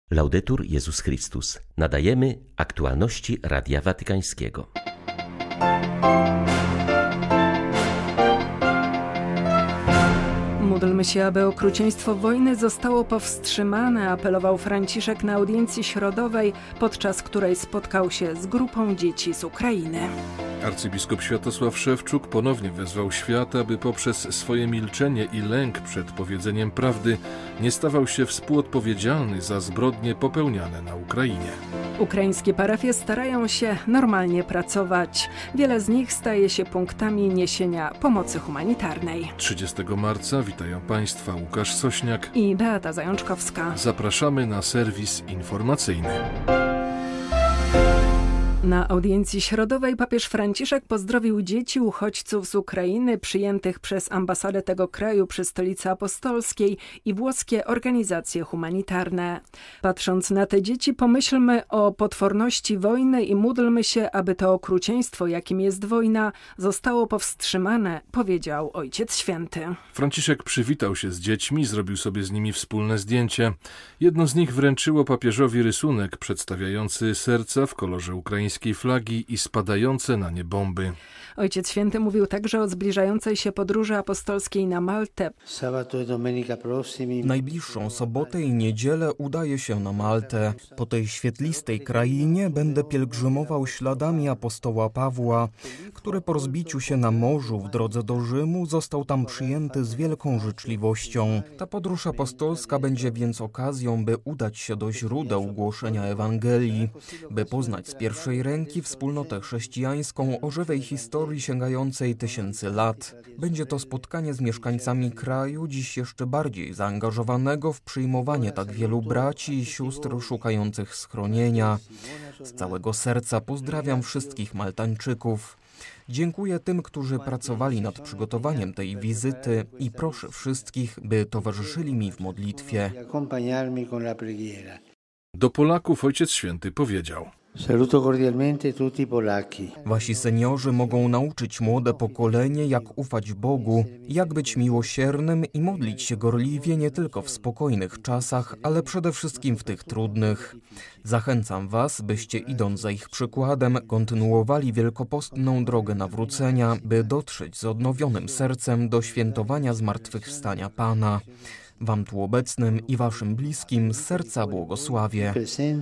Laudetur Jezus Chrystus. Nadajemy aktualności Radia Watykańskiego. Módlmy się, aby okrucieństwo wojny zostało powstrzymane, apelował Franciszek na audiencji środowej, podczas której spotkał się z grupą dzieci z Ukrainy. Arcybiskup Światosław Szewczuk ponownie wezwał świat, aby poprzez swoje milczenie i lęk przed powiedzeniem prawdy nie stawał się współodpowiedzialny za zbrodnie popełniane na Ukrainie. Ukraińskie parafie starają się normalnie pracować. Wiele z nich staje się punktami niesienia pomocy humanitarnej. 30 marca witają Państwa Łukasz Sośniak i Beata Zajączkowska. Zapraszamy na serwis informacyjny. Na audiencji środowej papież Franciszek pozdrowił dzieci uchodźców z Ukrainy przyjętych przez ambasadę tego kraju przy Stolicy Apostolskiej i włoskie organizacje humanitarne. Patrząc na te dzieci, pomyślmy o potworności wojny i módlmy się, aby to okrucieństwo, jakim jest wojna, zostało powstrzymane, powiedział Ojciec Święty. Franciszek przywitał się z dziećmi, zrobił sobie z nimi wspólne zdjęcie. Jedno z nich wręczyło papieżowi rysunek przedstawiający serca w kolorze ukraińskiej flagi i spadające na nie bomby. Ojciec Święty mówił także o zbliżającej się podróży apostolskiej na Maltę. Najbliższą sobotę i niedzielę udaję się na Maltę. Po tej świetlistej krainie będę pielgrzymował śladami apostoła Pawła, który po rozbiciu się na morzu w drodze do Rzymu został tam przyjęty z wielką życzliwością. Ta podróż apostolska będzie więc okazją, by udać się do źródeł głoszenia Ewangelii, by poznać z pierwszej ręki wspólnotę chrześcijańską o żywej historii sięgającej tysięcy lat. Będzie to spotkanie z mieszkańcami kraju, dziś jeszcze bardziej zaangażowanego w przyjmowanie tak wielu braci i sióstr szukających schronienia. Z całego serca pozdrawiam wszystkich Maltańczyków. Dziękuję tym, którzy pracowali nad przygotowaniem tej wizyty i proszę wszystkich, by towarzyszyli mi w modlitwie. Do Polaków Ojciec Święty powiedział: Saluto cordialmente tutti polacchi. Wasi seniorzy mogą nauczyć młode pokolenie, jak ufać Bogu, jak być miłosiernym i modlić się gorliwie nie tylko w spokojnych czasach, ale przede wszystkim w tych trudnych. Zachęcam was, byście idąc za ich przykładem, kontynuowali wielkopostną drogę nawrócenia, by dotrzeć z odnowionym sercem do świętowania zmartwychwstania Pana. Wam tu obecnym i waszym bliskim z serca błogosławię.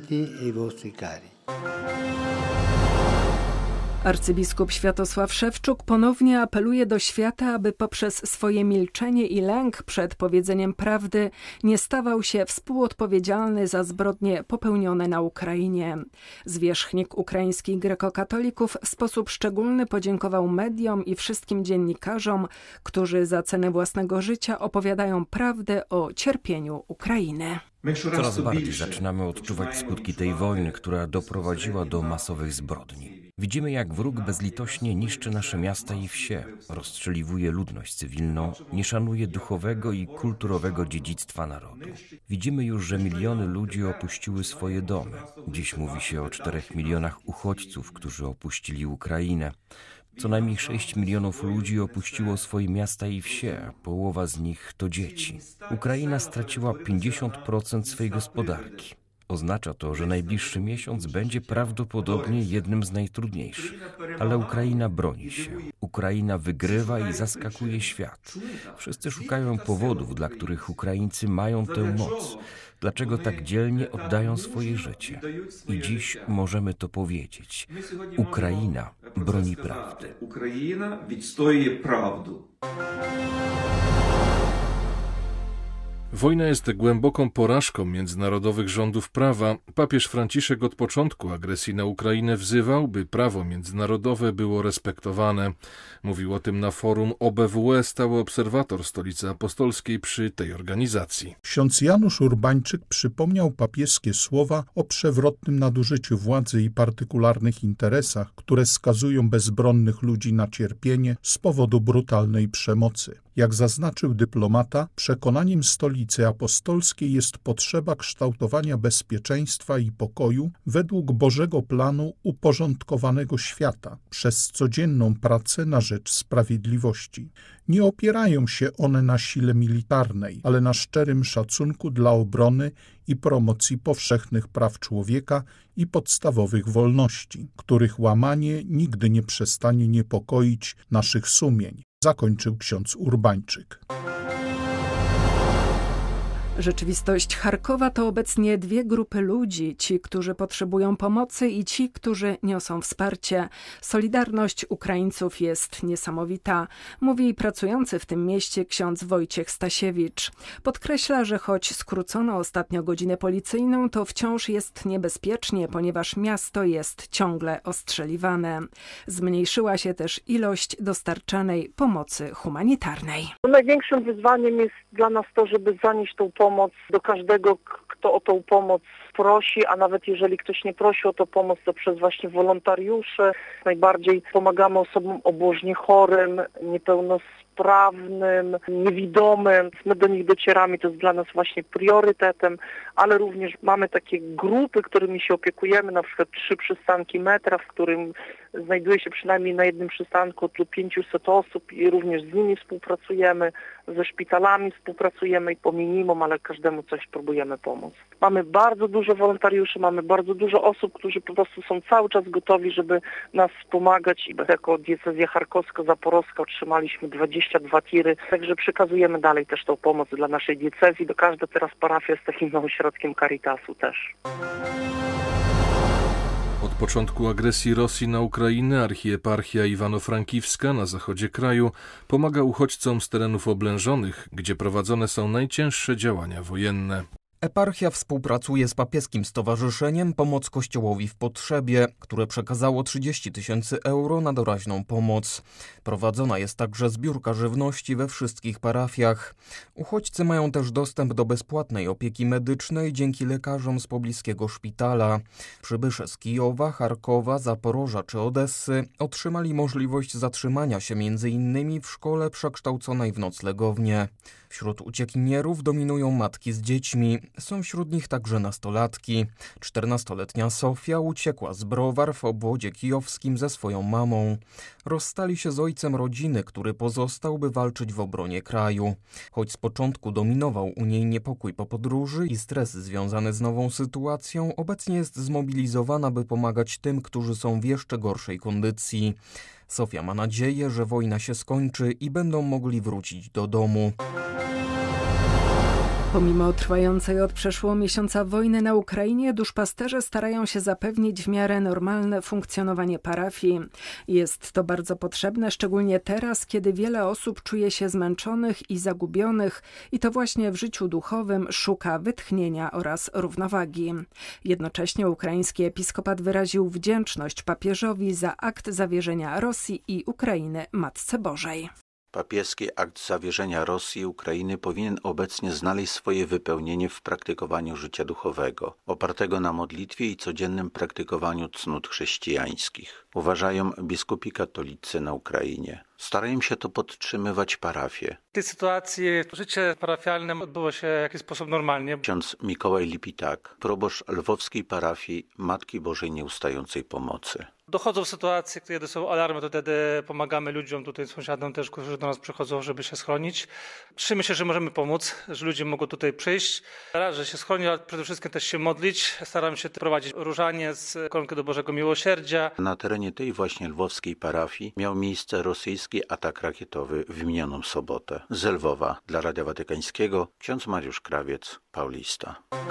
Arcybiskup Światosław Szewczuk ponownie apeluje do świata, aby poprzez swoje milczenie i lęk przed powiedzeniem prawdy nie stawał się współodpowiedzialny za zbrodnie popełnione na Ukrainie. Zwierzchnik ukraińskich grekokatolików w sposób szczególny podziękował mediom i wszystkim dziennikarzom, którzy za cenę własnego życia opowiadają prawdę o cierpieniu Ukrainy. Coraz bardziej zaczynamy odczuwać skutki tej wojny, która doprowadziła do masowych zbrodni. Widzimy, jak wróg bezlitośnie niszczy nasze miasta i wsie, rozstrzeliwuje ludność cywilną, nie szanuje duchowego i kulturowego dziedzictwa narodu. Widzimy już, że miliony ludzi opuściły swoje domy. Dziś mówi się o 4 milionach uchodźców, którzy opuścili Ukrainę. Co najmniej 6 milionów ludzi opuściło swoje miasta i wsie, a połowa z nich to dzieci. Ukraina straciła 50% swej gospodarki. Oznacza to, że najbliższy miesiąc będzie prawdopodobnie jednym z najtrudniejszych. Ale Ukraina broni się. Ukraina wygrywa i zaskakuje świat. Wszyscy szukają powodów, dla których Ukraińcy mają tę moc. Dlaczego tak dzielnie oddają swoje życie. I dziś możemy to powiedzieć. Ukraina broni prawdy. Ukraina відстоює правду. Wojna jest głęboką porażką międzynarodowych rządów prawa. Papież Franciszek od początku agresji na Ukrainę wzywał, by prawo międzynarodowe było respektowane. Mówił o tym na forum OBWE stały obserwator Stolicy Apostolskiej przy tej organizacji. Ksiądz Janusz Urbańczyk przypomniał papieskie słowa o przewrotnym nadużyciu władzy i partykularnych interesach, które skazują bezbronnych ludzi na cierpienie z powodu brutalnej przemocy. Jak zaznaczył dyplomata, przekonaniem Stolicy Apostolskiej jest potrzeba kształtowania bezpieczeństwa i pokoju według Bożego planu uporządkowanego świata przez codzienną pracę na rzecz sprawiedliwości. Nie opierają się one na sile militarnej, ale na szczerym szacunku dla obrony i promocji powszechnych praw człowieka i podstawowych wolności, których łamanie nigdy nie przestanie niepokoić naszych sumień, zakończył ksiądz Urbańczyk. Rzeczywistość Charkowa to obecnie dwie grupy ludzi, ci, którzy potrzebują pomocy i ci, którzy niosą wsparcie. Solidarność Ukraińców jest niesamowita, mówi pracujący w tym mieście ksiądz Wojciech Stasiewicz. Podkreśla, że choć skrócono ostatnio godzinę policyjną, to wciąż jest niebezpiecznie, ponieważ miasto jest ciągle ostrzeliwane. Zmniejszyła się też ilość dostarczanej pomocy humanitarnej. Największym wyzwaniem jest dla nas to, żeby zanieść tą pomoc do każdego, kto o tą pomoc prosi, a nawet jeżeli ktoś nie prosi o tą pomoc, to przez właśnie wolontariuszy. Najbardziej pomagamy osobom obłożnie chorym, niepełnosprawnym, niewidomym. My do nich docieramy, to jest dla nas właśnie priorytetem, ale również mamy takie grupy, którymi się opiekujemy, na przykład 3 przystanki metra, w którym znajduje się przynajmniej na jednym przystanku od 500 osób i również z nimi współpracujemy, ze szpitalami współpracujemy i po minimum, ale każdemu coś próbujemy pomóc. Mamy bardzo dużo wolontariuszy, mamy bardzo dużo osób, którzy po prostu są cały czas gotowi, żeby nas wspomagać. Jako diecezja charkowsko-zaporowska otrzymaliśmy 22 tiry, także przekazujemy dalej też tą pomoc dla naszej diecezji. Każda teraz parafia jest takim ośrodkiem Caritasu też. Od początku agresji Rosji na Ukrainę archieparchia Iwano-Frankiwska na zachodzie kraju pomaga uchodźcom z terenów oblężonych, gdzie prowadzone są najcięższe działania wojenne. Eparchia współpracuje z papieskim stowarzyszeniem Pomoc Kościołowi w Potrzebie, które przekazało 30 000 euro na doraźną pomoc. Prowadzona jest także zbiórka żywności we wszystkich parafiach. Uchodźcy mają też dostęp do bezpłatnej opieki medycznej dzięki lekarzom z pobliskiego szpitala. Przybysze z Kijowa, Charkowa, Zaporoża czy Odessy otrzymali możliwość zatrzymania się m.in. w szkole przekształconej w noclegownię. Wśród uciekinierów dominują matki z dziećmi. Są wśród nich także nastolatki. 14-letnia Sofia uciekła z Browar w obwodzie kijowskim ze swoją mamą. Rozstali się z ojcem rodziny, który pozostał, by walczyć w obronie kraju. Choć z początku dominował u niej niepokój po podróży i stres związany z nową sytuacją, obecnie jest zmobilizowana, by pomagać tym, którzy są w jeszcze gorszej kondycji. Sofia ma nadzieję, że wojna się skończy i będą mogli wrócić do domu. Pomimo trwającej od przeszło miesiąca wojny na Ukrainie, duszpasterze starają się zapewnić w miarę normalne funkcjonowanie parafii. Jest to bardzo potrzebne, szczególnie teraz, kiedy wiele osób czuje się zmęczonych i zagubionych i to właśnie w życiu duchowym szuka wytchnienia oraz równowagi. Jednocześnie ukraiński episkopat wyraził wdzięczność papieżowi za akt zawierzenia Rosji i Ukrainy Matce Bożej. Papieski akt zawierzenia Rosji i Ukrainy powinien obecnie znaleźć swoje wypełnienie w praktykowaniu życia duchowego, opartego na modlitwie i codziennym praktykowaniu cnót chrześcijańskich, uważają biskupi katolicy na Ukrainie. Starają się to podtrzymywać parafie. W tej sytuacji życie parafialne odbyło się w jakiś sposób normalnie. Ksiądz Mikołaj Lipitak, proboszcz lwowskiej parafii Matki Bożej Nieustającej Pomocy. Dochodzą sytuacje, kiedy są alarmy, to wtedy pomagamy ludziom, tutaj sąsiadom też, którzy do nas przychodzą, żeby się schronić. Cieszymy się, że możemy pomóc, że ludzie mogą tutaj przyjść, raz, że się schronić, ale przede wszystkim też się modlić. Staramy się prowadzić różaniec, koronkę do Bożego Miłosierdzia. Na terenie tej właśnie lwowskiej parafii miał miejsce rosyjski atak rakietowy w minioną sobotę. Z Lwowa dla Radia Watykańskiego ksiądz Mariusz Krawiec, Paulista.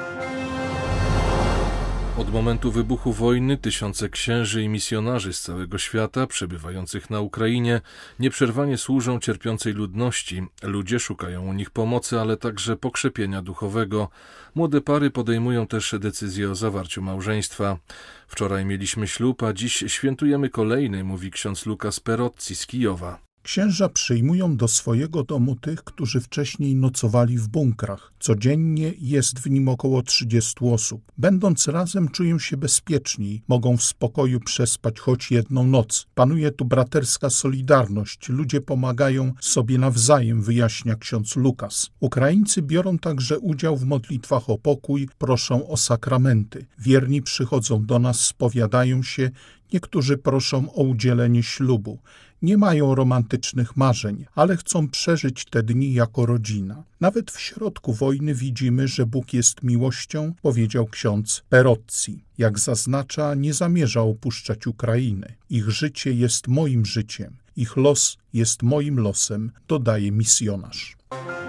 Od momentu wybuchu wojny tysiące księży i misjonarzy z całego świata przebywających na Ukrainie nieprzerwanie służą cierpiącej ludności. Ludzie szukają u nich pomocy, ale także pokrzepienia duchowego. Młode pary podejmują też decyzję o zawarciu małżeństwa. Wczoraj mieliśmy ślub, a dziś świętujemy kolejny, mówi ksiądz Lukas Perozzi z Kijowa. Księża przyjmują do swojego domu tych, którzy wcześniej nocowali w bunkrach. Codziennie jest w nim około 30 osób. Będąc razem czują się bezpieczniej, mogą w spokoju przespać choć jedną noc. Panuje tu braterska solidarność, ludzie pomagają sobie nawzajem, wyjaśnia ksiądz Lukas. Ukraińcy biorą także udział w modlitwach o pokój, proszą o sakramenty. Wierni przychodzą do nas, spowiadają się, niektórzy proszą o udzielenie ślubu. Nie mają romantycznych marzeń, ale chcą przeżyć te dni jako rodzina. Nawet w środku wojny widzimy, że Bóg jest miłością, powiedział ksiądz Perozzi. Jak zaznacza, nie zamierza opuszczać Ukrainy. Ich życie jest moim życiem, ich los jest moim losem, dodaje misjonarz.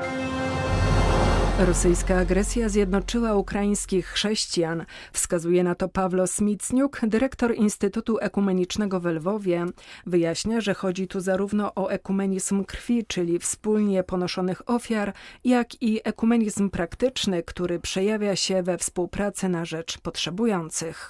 Rosyjska agresja zjednoczyła ukraińskich chrześcijan. Wskazuje na to Pawlo Smicniuk, dyrektor Instytutu Ekumenicznego w Lwowie. Wyjaśnia, że chodzi tu zarówno o ekumenizm krwi, czyli wspólnie ponoszonych ofiar, jak i ekumenizm praktyczny, który przejawia się we współpracy na rzecz potrzebujących.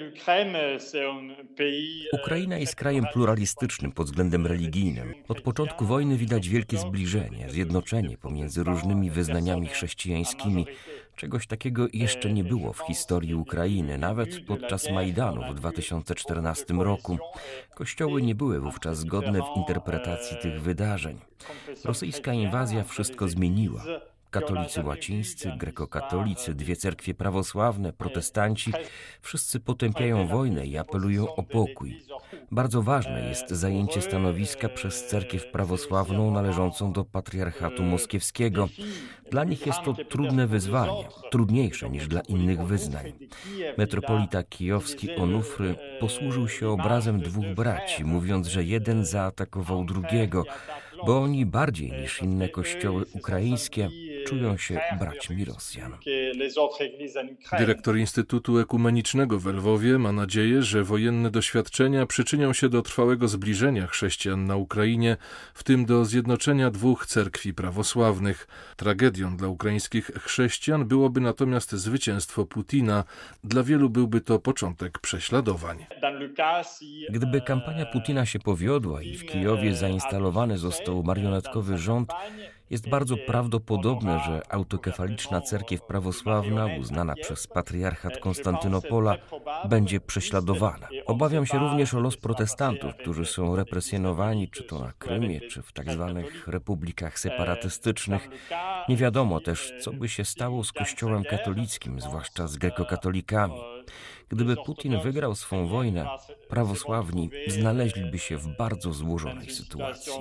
Ukraina jest krajem pluralistycznym pod względem religijnym. Od początku wojny widać wielkie zbliżenie, zjednoczenie pomiędzy różnymi wyznaniami chrześcijańskimi. Czegoś takiego jeszcze nie było w historii Ukrainy, nawet podczas Majdanu w 2014 roku. Kościoły nie były wówczas zgodne w interpretacji tych wydarzeń. Rosyjska inwazja wszystko zmieniła. Katolicy łacińscy, grekokatolicy, dwie cerkwie prawosławne, protestanci, wszyscy potępiają wojnę i apelują o pokój. Bardzo ważne jest zajęcie stanowiska przez cerkiew prawosławną należącą do patriarchatu moskiewskiego. Dla nich jest to trudne wyzwanie, trudniejsze niż dla innych wyznań. Metropolita kijowski Onufry posłużył się obrazem dwóch braci, mówiąc, że jeden zaatakował drugiego, bo oni bardziej niż inne kościoły ukraińskie czują się braćmi Rosjan. Dyrektor Instytutu Ekumenicznego w Lwowie ma nadzieję, że wojenne doświadczenia przyczynią się do trwałego zbliżenia chrześcijan na Ukrainie, w tym do zjednoczenia dwóch cerkwi prawosławnych. Tragedią dla ukraińskich chrześcijan byłoby natomiast zwycięstwo Putina. Dla wielu byłby to początek prześladowań. Gdyby kampania Putina się powiodła i w Kijowie zainstalowany został marionetkowy rząd, jest bardzo prawdopodobne, że autokefaliczna cerkiew prawosławna, uznana przez patriarchat Konstantynopola, będzie prześladowana. Obawiam się również o los protestantów, którzy są represjonowani, czy to na Krymie, czy w tak zwanych republikach separatystycznych. Nie wiadomo też, co by się stało z Kościołem katolickim, zwłaszcza z grekokatolikami. Gdyby Putin wygrał swą wojnę, prawosławni znaleźliby się w bardzo złożonej sytuacji.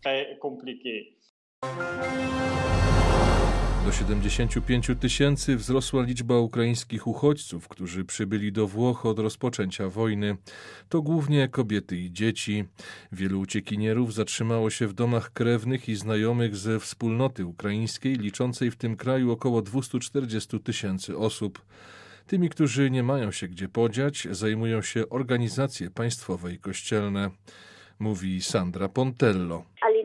Do 75 000 wzrosła liczba ukraińskich uchodźców, którzy przybyli do Włoch od rozpoczęcia wojny. To głównie kobiety i dzieci. Wielu uciekinierów zatrzymało się w domach krewnych i znajomych ze wspólnoty ukraińskiej, liczącej w tym kraju około 240 000 osób. Tymi, którzy nie mają się gdzie podziać, zajmują się organizacje państwowe i kościelne, mówi Sandra Pontello.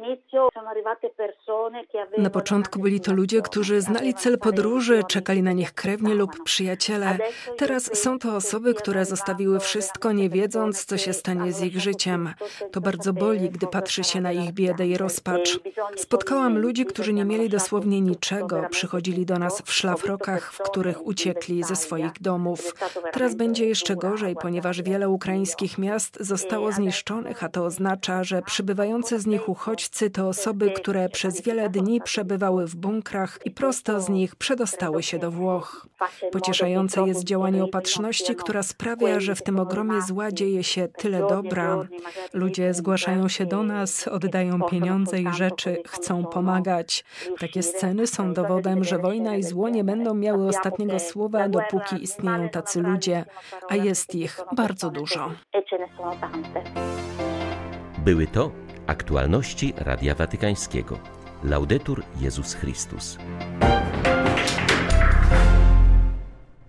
Na początku byli to ludzie, którzy znali cel podróży, czekali na nich krewni lub przyjaciele. Teraz są to osoby, które zostawiły wszystko, nie wiedząc, co się stanie z ich życiem. To bardzo boli, gdy patrzy się na ich biedę i rozpacz. Spotkałam ludzi, którzy nie mieli dosłownie niczego. Przychodzili do nas w szlafrokach, w których uciekli ze swoich domów. Teraz będzie jeszcze gorzej, ponieważ wiele ukraińskich miast zostało zniszczonych, a to oznacza, że przybywający z nich uchodźcy to osoby, które przez wiele dni przebywały w bunkrach i prosto z nich przedostały się do Włoch. Pocieszające jest działanie opatrzności, która sprawia, że w tym ogromie zła dzieje się tyle dobra. Ludzie zgłaszają się do nas, oddają pieniądze i rzeczy, chcą pomagać. Takie sceny są dowodem, że wojna i zło nie będą miały ostatniego słowa, dopóki istnieją tacy ludzie, a jest ich bardzo dużo. Były to aktualności Radia Watykańskiego. Laudetur Jezus Chrystus.